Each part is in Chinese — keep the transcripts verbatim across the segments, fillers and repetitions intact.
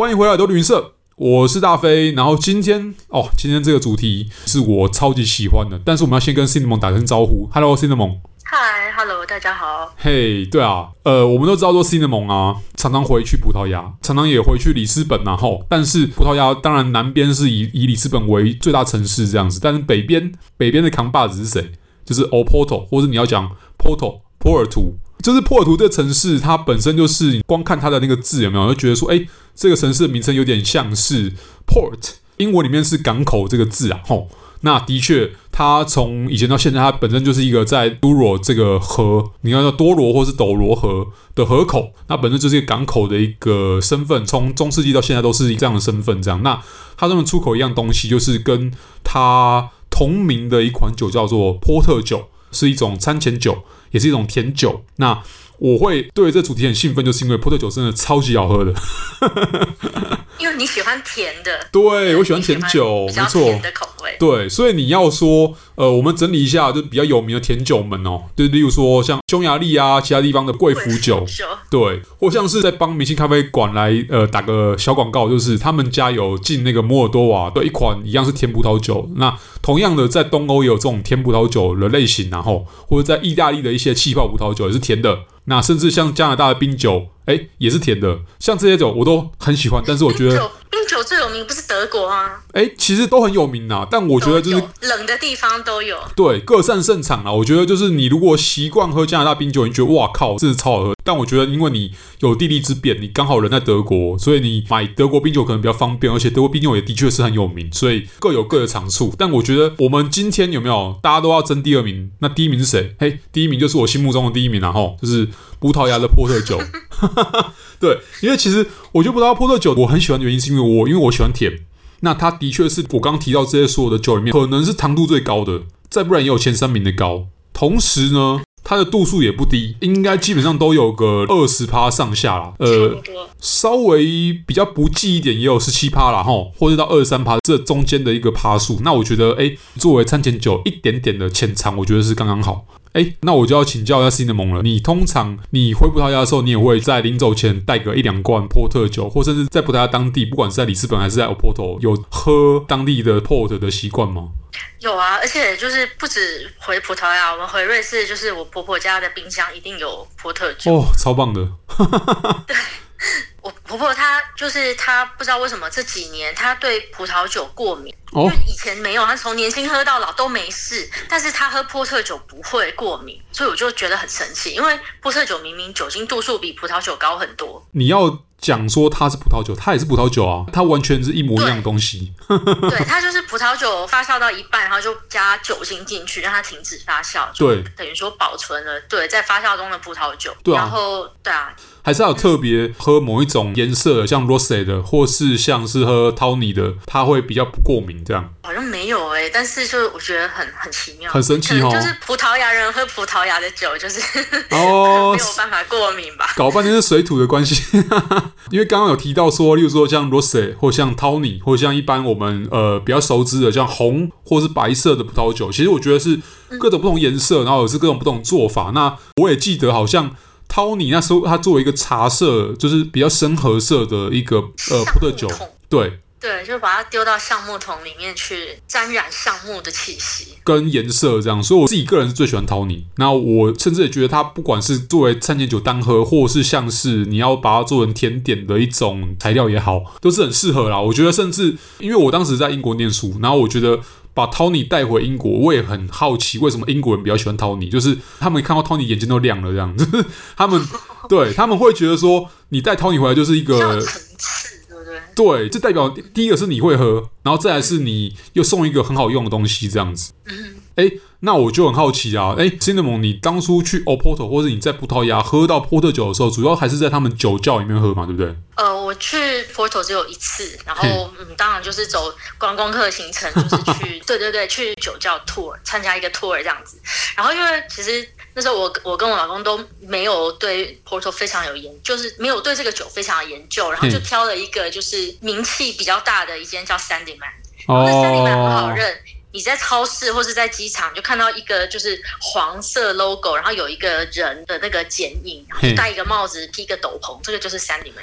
欢迎回来，都旅行社，我是大飞。然后今天哦，今天这个主题是我超级喜欢的，但是我们要先跟 Cinnamon 打声招呼。Hello Cinnamon。 嗨 ，Hello， 大家好。 嘿， hey, 对啊，呃，我们都知道说 Cinnamon 啊，常常回去葡萄牙，常常也回去里斯本啊，吼。但是葡萄牙当然南边是以以里斯本为最大城市这样子，但是北边北边的扛把子是谁？就是 Oporto， 或者你要讲 Porto 波尔图。就是波尔图这个城市，它本身就是光看它的那个字有没有，就觉得说，哎，这个城市的名称有点像是 port， 英文里面是港口这个字啊，吼。那的确，它从以前到现在，它本身就是一个在都罗这个河，你要叫多罗或是斗罗河的河口，那本身就是一个港口的一个身份，从中世纪到现在都是这样的身份。这样，那它专门出口一样东西，就是跟它同名的一款酒叫做波特酒，是一种餐前酒，也是一种甜酒。那我会对这主题很兴奋，就是因为波特酒真的超级好喝的。 因为你喜欢甜的， 对，我喜欢甜酒，没错， 甜的口味。 对，所以你要说，呃，我们整理一下，就比较有名的甜酒们哦，就例如说像匈牙利啊，其他地方的贵腐酒，对，或像是在帮明星咖啡馆来呃打个小广告，就是他们家有进那个摩尔多瓦的一款一样是甜葡萄酒。那同样的，在东欧也有这种甜葡萄酒的类型，然后或者在意大利的一些气泡葡萄酒也是甜的。那甚至像加拿大的冰酒，哎，也是甜的。像这些酒我都很喜欢，但是我觉得冰酒最有名不是德国啊？ 哎，其实都很有名啦，但我觉得就是冷的地方都有， 对，各擅胜场啦。我觉得就是你如果习惯喝加拿大冰酒，你觉得哇靠，真是超好喝。但我觉得因为你有地利之便，你刚好人在德国，所以你买德国冰酒可能比较方便，而且德国冰酒也的确是很有名，所以各有各的长处。但我觉得我们今天有没有大家都要争第二名？那第一名是谁？嘿，第一名就是我心目中的第一名啦，吼，就是葡萄牙的波特酒。对，因为其实我觉得葡萄牙波特酒我很喜欢的原因是因为我因为我喜欢甜。那它的确是我刚刚提到这些所有的酒里面，可能是糖度最高的，再不然也有前三名的高。同时呢，它的度数也不低，应该基本上都有个 百分之二十 上下啦。呃，稍微比较不济一点也有 百分之十七 啦，齁，或者到 百分之二十三，这中间的一个趴数。那我觉得，哎，作为餐前酒一点点的浅尝，我觉得是刚刚好。哎，那我就要请教一下 Cinnamon 了。你通常你回葡萄牙的时候，你也会在临走前带个一两罐波特酒，或甚至在葡萄牙当地，不管是在里斯本还是在 Oporto， 有喝当地的 Port 的习惯吗？ 有啊，而且就是不止回葡萄牙，我们回瑞士，就是我婆婆家的冰箱一定有波特酒。 哦，超棒的。 对。我婆婆她就是她不知道为什么这几年她对葡萄酒过敏，哦、因为以前没有，她从年轻喝到老都没事，但是她喝波特酒不会过敏，所以我就觉得很神奇，因为波特酒明明酒精度数比葡萄酒高很多。 你要讲说它是葡萄酒，它也是葡萄酒啊，它完全是一模一样的东西。 对，它就是葡萄酒发酵到一半，然后就加酒精进去，让它停止发酵， 对， 等于说保存了对在发酵中的葡萄酒。 对啊， 然后对啊。 还是要有特别喝某一种颜色的，像 Rosé 的，或是像是喝 Tawny 的，它会比较不过敏这样。 好像没有哎、欸，但是就我觉得很很奇妙， 很神奇哦。 就是葡萄牙人喝葡萄牙的酒，就是哦没有办法过敏吧？ 搞半天是水土的关系。因为刚刚有提到说，例如说像 Rosé 或像 Tawny， 或像一般我们呃比较熟知的像红或是白色的葡萄酒，其实我觉得是各种不同颜色，然后也是各种不同做法。那我也记得好像。Tawny 那时候，它作为一个茶色，就是比较深褐色的一个呃葡萄酒，对对，就把它丢到橡木桶里面去沾染橡木的气息跟颜色这样，所以我自己个人是最喜欢 Tawny。那我甚至也觉得它不管是作为餐前酒单喝，或是像是你要把它做成甜点的一种材料也好，都是很适合啦。我觉得甚至因为我当时在英国念书，然后我觉得。把 Tawny 带回英国，我也很好奇为什么英国人比较喜欢 Tawny， 就是他们看到 Tawny 眼睛都亮了，这样，就是他们对他们会觉得说，你带 Tawny 回来就是一个层次，对不对？ 对，这代表第一个是你会喝，然后再来是你又送一个很好用的东西，这样子。嗯，哎，那我就很好奇啊，哎 ，Cinnamon， 你当初去 Oporto 或是你在葡萄牙喝到波特酒的时候，主要还是在他们酒窖里面喝嘛，对不对？ 呃，我去 Porto 只有一次，然后嗯，当然就是走观光客行程，就是去对对对，去酒窖 tour， 参加一个 tour 这样子。然后因为其实那时候我我跟我老公都没有对 Porto 非常有研，就是没有对这个酒非常有研究，然后就挑了一个就是名气比较大的一间叫 Sandyman， 然后那 Sandyman 很好认。你在超市或是在机场就看到一个就是黄色 logo， 然后有一个人的那个剪影，然后戴一个帽子披个斗篷，这个就是 Sandyman。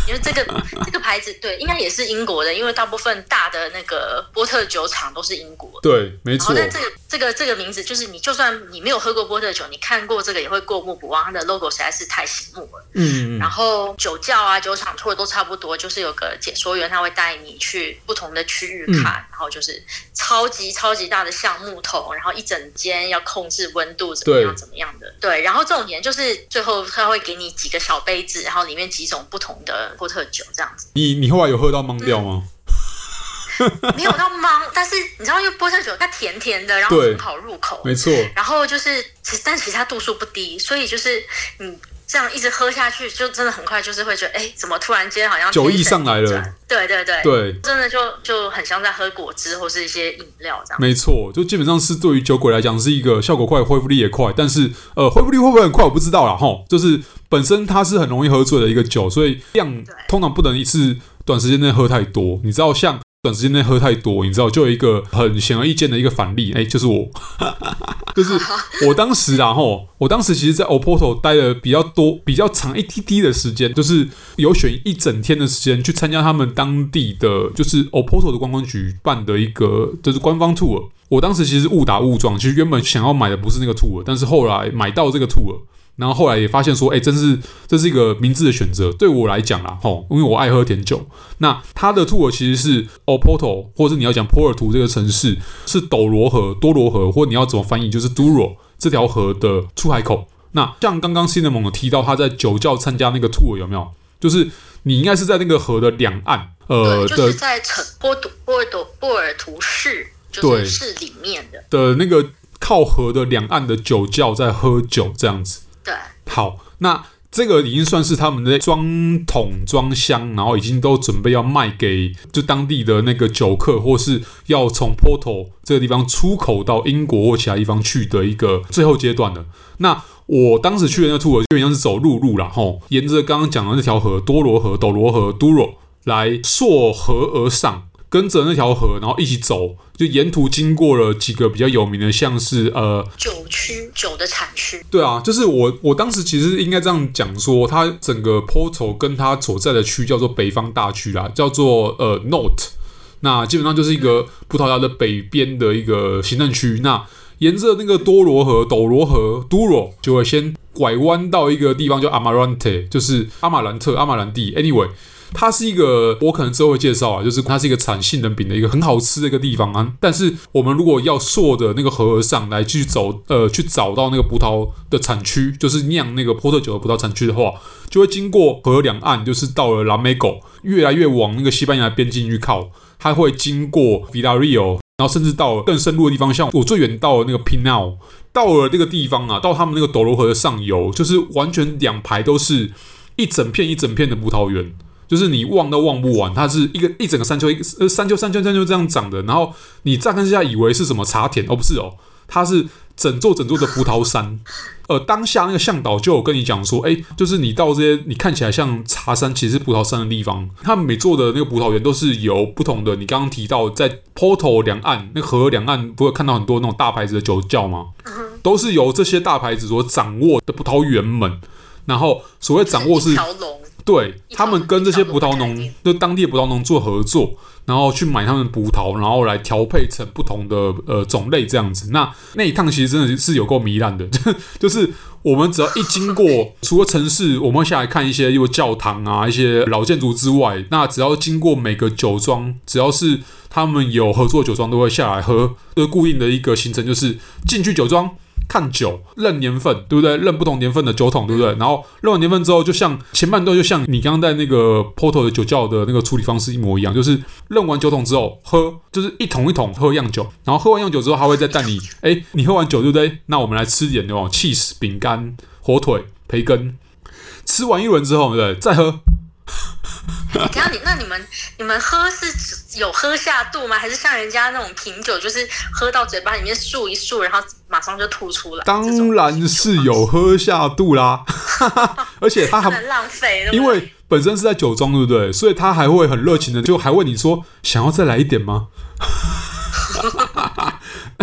因为这个这个牌子对，应该也是英国的，因为大部分大的那个波特酒厂都是英国的。 对，没错。 但这个这个这个名字，就是你就算你没有喝过波特酒，你看过这个也会过目不忘，它的 logo 实在是太醒目了。嗯，然后酒窖啊、酒厂 tour 都差不多，就是有个解说员他会带你去不同的区域看，嗯、然后就是超级超级大的橡木桶，然后一整间要控制温度怎么样怎么样的。对，然后重点就是最后他会给你几个小杯子，然后里面几种不同的波特酒这样子。 你你后来有喝到懵掉吗？ 嗯、没有到懵，但是你知道，因为波特酒它甜甜的，然后很好入口， 没错。然后就是，但其实它度数不低，所以就是你这样一直喝下去，就真的很快就是会觉得，哎，怎么突然间好像酒意上来了？ 对对对对， 真的就就很像在喝果汁或是一些饮料这样。 没错，就基本上是对于酒鬼来讲是一个效果快、恢复力也快，但是呃，恢复力会不会很快我不知道啦齁。就是本身它是很容易喝醉的一个酒，所以量通常不能一次短时间内喝太多。你知道像。短时间内喝太多，你知道，就有一个很显而易见的一个反例，哎、欸，就是我，就是我当时啊，吼，我当时其实，在 Oporto 待了比较多、比较长一滴滴的时间，就是有选一整天的时间去参加他们当地的，就是 Oporto 的观光局办的一个，就是官方 tour。我当时其实误打误撞，其实原本想要买的不是那个 tour， 但是后来买到这个 tour。然后后来也发现说，哎，真是这是一个明智的选择。对我来讲啦，吼，因为我爱喝甜酒。那它的 tour 其实是 Oporto， 或者你要讲波尔图这个城市是斗罗河、多罗河，或你要怎么翻译，就是 Douro 这条河的出海口。那像刚刚 Cinnamon 有提到他在酒窖参加那个 tour 有没有？就是你应该是在那个河的两岸，呃， 对，就是在波多波尔多波尔图市，就是市里面的的那个靠河的两岸的酒窖在喝酒这样子。 对， 好，那这个已经算是他们的装桶装箱，然后已经都准备要卖给就当地的那个酒客，或是要从 Porto 这个地方出口到英国或其他地方去的一个最后阶段了。那我当时去的那个 tour 就有点像是走陆路啦，吼，沿着刚刚讲的那条河多罗河、斗罗河 Douro 来溯河而上。跟着那条河，然后一起走，就沿途经过了几个比较有名的，像是呃酒区、酒的产区。 对啊，就是我我当时其实应该这样讲说，它整个 Porto 跟它所在的区叫做北方大区啦，叫做呃 Norte。那基本上就是一个葡萄牙的北边的一个行政区。那沿着那个多罗河、斗罗河 Douro 就会先拐弯到一个地方叫 Amarante， 就是阿马兰特、阿马兰地。Anyway。它是一个，我可能之后会介绍啊，就是它是一个产杏仁饼的一个很好吃的一个地方啊。但是我们如果要溯着那个河而上来去走，呃，去找到那个葡萄的产区，就是酿那个波特酒的葡萄产区的话，就会经过河两岸，就是到了拉梅狗，越来越往那个西班牙边境去靠，它会经过 Villarreal， 然后甚至到了更深入的地方，像我最远到了那个 Pinal， 到了这个地方啊，到他们那个斗罗河的上游，就是完全两排都是一整片一整片的葡萄园。就是你望都望不完，它是一个一整个山丘，一个山丘山丘山丘这样长的。然后你乍看之下以为是什么茶田，哦不是哦，它是整座整座的葡萄山。呃，当下那个向导就有跟你讲说，哎，就是你到这些你看起来像茶山，其实是葡萄山的地方，他们每座的那个葡萄园都是由不同的。你刚刚提到在 Porto 两岸，那个河两岸不会看到很多那种大牌子的酒窖吗？都是由这些大牌子所掌握的葡萄园们。然后所谓掌握是。对，他们跟这些葡萄农，就当地的葡萄农做合作，然后去买他们葡萄，然后来调配成不同的呃种类这样子。那那一趟其实真的是有够糜烂的，就是我们只要一经过，除了城市，我们会下来看一些有教堂啊、一些老建筑之外，那只要经过每个酒庄，只要是他们有合作的酒庄，都会下来喝。就是固定的一个行程，就是进去酒庄。看酒，认年份，对不对？认不同年份的酒桶，对不对？然后认完年份之后，就像前半段，就像你刚刚在那个 Porto 的酒窖的那个处理方式一模一样，就是认完酒桶之后喝，就是一桶一桶喝样酒，然后喝完样酒之后，他会再带你，哎，你喝完酒对不对？那我们来吃点那种 cheese 饼干、火腿、培根，吃完一轮之后，对不对？再喝。 等一下你那你们你们喝是有喝下肚吗？还是像人家那种品酒，就是喝到嘴巴里面漱一漱，然后马上就吐出来？ 当然是有喝下肚啦，而且他还不能浪费， 因为本身是在酒庄，对不对？所以他还会很热情的，就还问你说想要再来一点吗？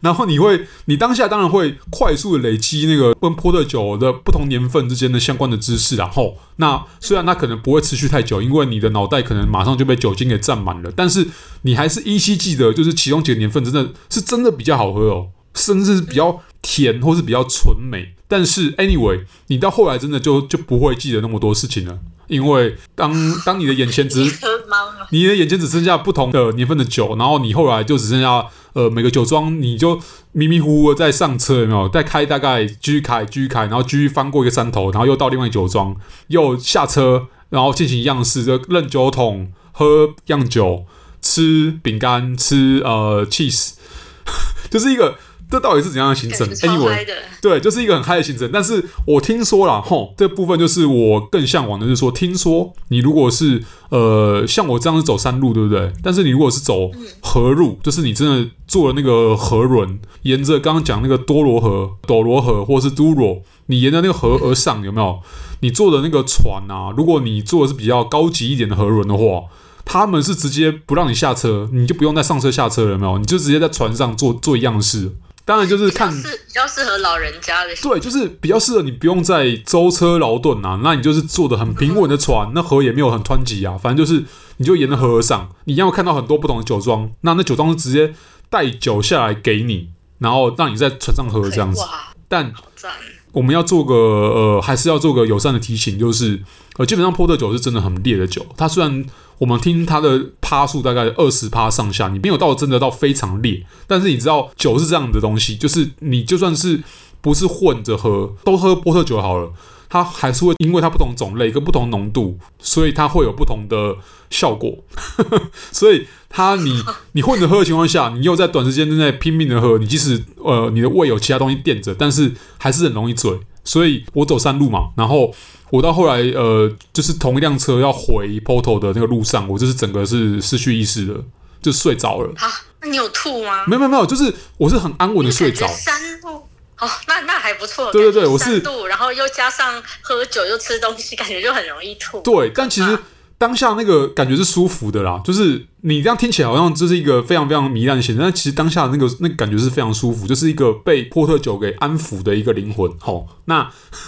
然后你会，你当下当然会快速的累积那个跟波特酒的不同年份之间的相关的知识，然后那虽然它可能不会持续太久，因为你的脑袋可能马上就被酒精给占满了，但是你还是依稀记得，就是其中几个年份真的是真的比较好喝哦，甚至是比较甜或是比较纯美。但是 anyway， 你到后来真的就就不会记得那么多事情了。因为当当你的眼前只你的眼前只剩下不同的年份的酒，然后你后来就只剩下呃每个酒庄，你就迷迷糊糊的在上车，有没有？再开大概继续开继续开，然后继续翻过一个山头，然后又到另外一个酒庄，又下车，然后进行样式，就认酒桶，喝样酒，吃饼干，吃呃 cheese， 就是一个。这到底是怎样的行程 ？Anyway， 对，就是一个很嗨的行程。但是我听说啦，吼，这部分就是我更向往的，就是说，听说你如果是呃像我这样是走山路，对不对？但是你如果是走河路，就是你真的坐了那个河轮，沿着刚刚讲那个多罗河、斗罗河或是都罗，你沿着那个河而上，有没有？你坐的那个船啊，如果你坐的是比较高级一点的河轮的话。他们是直接不让你下车，你就不用再上车下车了，有没有？你就直接在船上做做样式。当然就是看比较适合老人家的， 对，就是比较适合你不用再舟车劳顿啊。那你就是坐的很平稳的船，那河也没有很湍急啊，反正就是你就沿着河而上，你一样会看到很多不同的酒庄。那那酒庄是直接带酒下来给你，然后让你在船上喝这样子。但我们要做个呃，还是要做个友善的提醒，就是呃，基本上波特酒是真的很烈的酒。它虽然我们听它的趴数大概二十趴上下，你没有到真的到非常烈，但是你知道酒是这样的东西，就是你就算是不是混着喝，都喝波特酒好了，它还是会因为它不同种类跟不同浓度，所以它会有不同的效果。所以它你你混着喝的情况下，你又在短时间之内拼命的喝，你即使呃你的胃有其他东西垫着，但是还是很容易醉。所以我走山路嘛，然后我到后来呃，就是同一辆车要回 Porto 的那个路上，我就是整个是失去意识的，就睡着了。 啊，那你有吐吗？ 没有没有没有，就是我是很安稳的睡着。 山路哦，那那还不错。 对对对，我是山路，然后又加上喝酒又吃东西，感觉就很容易吐。 对，但其实。当下那个感觉是舒服的啦，就是你这样听起来好像这是一个非常非常糜烂的行程，但其实当下那个那个感觉是非常舒服，就是一个被波特酒给安抚的一个灵魂。好，那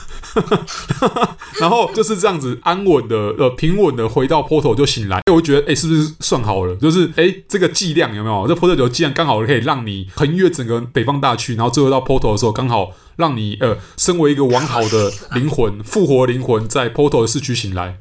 然后就是这样子安稳的呃平稳的回到波特就醒来，我就觉得哎、欸、是不是算好了？就是哎、欸、这个剂量有没有？这波特酒剂量刚好可以让你横越整个北方大区，然后最后到波特的时候刚好让你呃身为一个完好的灵魂复活灵魂在波特的市区醒来。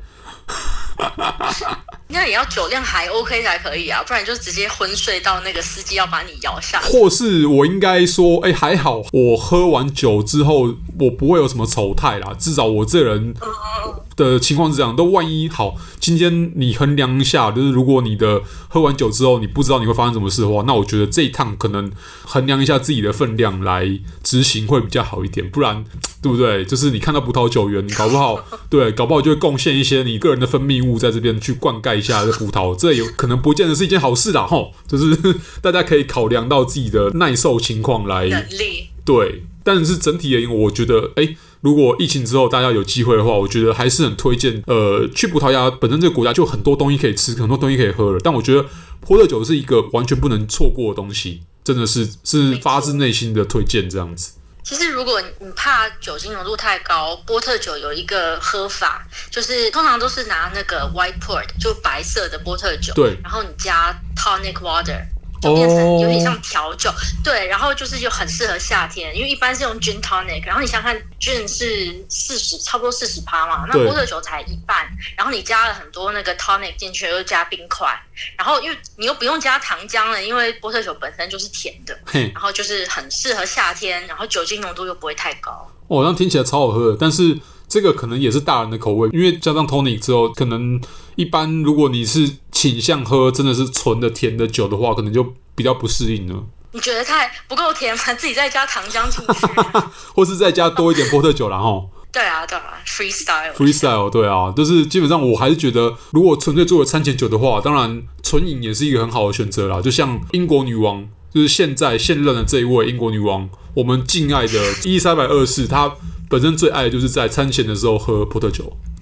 那也要酒量还 OK 才可以啊，不然就直接昏睡到那个司机要把你摇下。 或是我应该说，哎、欸，还好，我喝完酒之后，我不会有什么丑态啦。至少我这人的情况是这样，都万一好，今天你衡量一下，就是如果你的喝完酒之后，你不知道你会发生什么事的话，那我觉得这一趟可能衡量一下自己的分量来执行会比较好一点，不然。对不对？就是你看到葡萄酒园，搞不好对，搞不好就会贡献一些你个人的分泌物在这边去灌溉一下这葡萄，这有可能不见得是一件好事啦，吼。就是大家可以考量到自己的耐受情况来能力。 对，但是整体而言，我觉得，哎，如果疫情之后大家有机会的话，我觉得还是很推荐。呃，去葡萄牙本身这个国家就很多东西可以吃，很多东西可以喝了，但我觉得波特酒是一个完全不能错过的东西，真的是是发自内心的推荐这样子。 其实，如果你怕酒精浓度太高，波特酒有一个喝法，就是通常都是拿那个 white port， 就白色的波特酒， 对， 然后你加 tonic water， 就变成有点像调酒， oh. 对，然后就是就很适合夏天，因为一般是用 gin tonic， 然后你想看 gin 是四十，差不多四十趴嘛，那波特酒才一半，然后你加了很多那个 tonic 进去，又加冰块。然后因为你又不用加糖浆了，因为波特酒本身就是甜的，然后就是很适合夏天，然后酒精浓度又不会太高。 哦，那听起来超好喝的，但是这个可能也是大人的口味，因为加上 tonic 之后，可能一般如果你是倾向喝真的是纯的甜的酒的话，可能就比较不适应了。 你觉得太不够甜吗？自己再加糖浆进去， 或是再加多一点波特酒啦齁。 对啊，对啊 ，freestyle freestyle 对啊，就是基本上我还是觉得，如果纯粹作为餐前酒的话，当然纯饮也是一个很好的选择啦。就像英国女王，就是现在现任的这一位英国女王，我们敬爱的伊丽莎白二世，她本身最爱的就是在餐前的时候喝波特酒，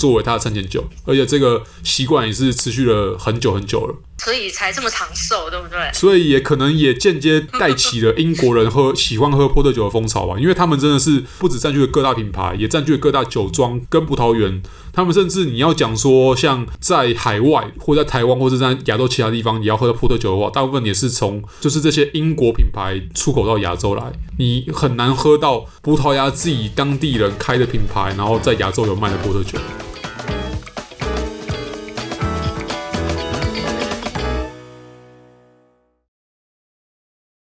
作为它的餐前酒，而且这个习惯也是持续了很久很久了。 所以才这么长寿，对不对？ 所以也可能也间接带起了英国人喝喜欢喝波特酒的风潮吧，因为他们真的是不只占据了各大品牌，也占据了各大酒庄跟葡萄园。他们甚至你要讲说，像在海外或在台湾或者在亚洲其他地方，也要喝到波特酒的话，大部分也是从就是这些英国品牌出口到亚洲来。你很难喝到葡萄牙自己当地人开的品牌，然后在亚洲有卖的波特酒。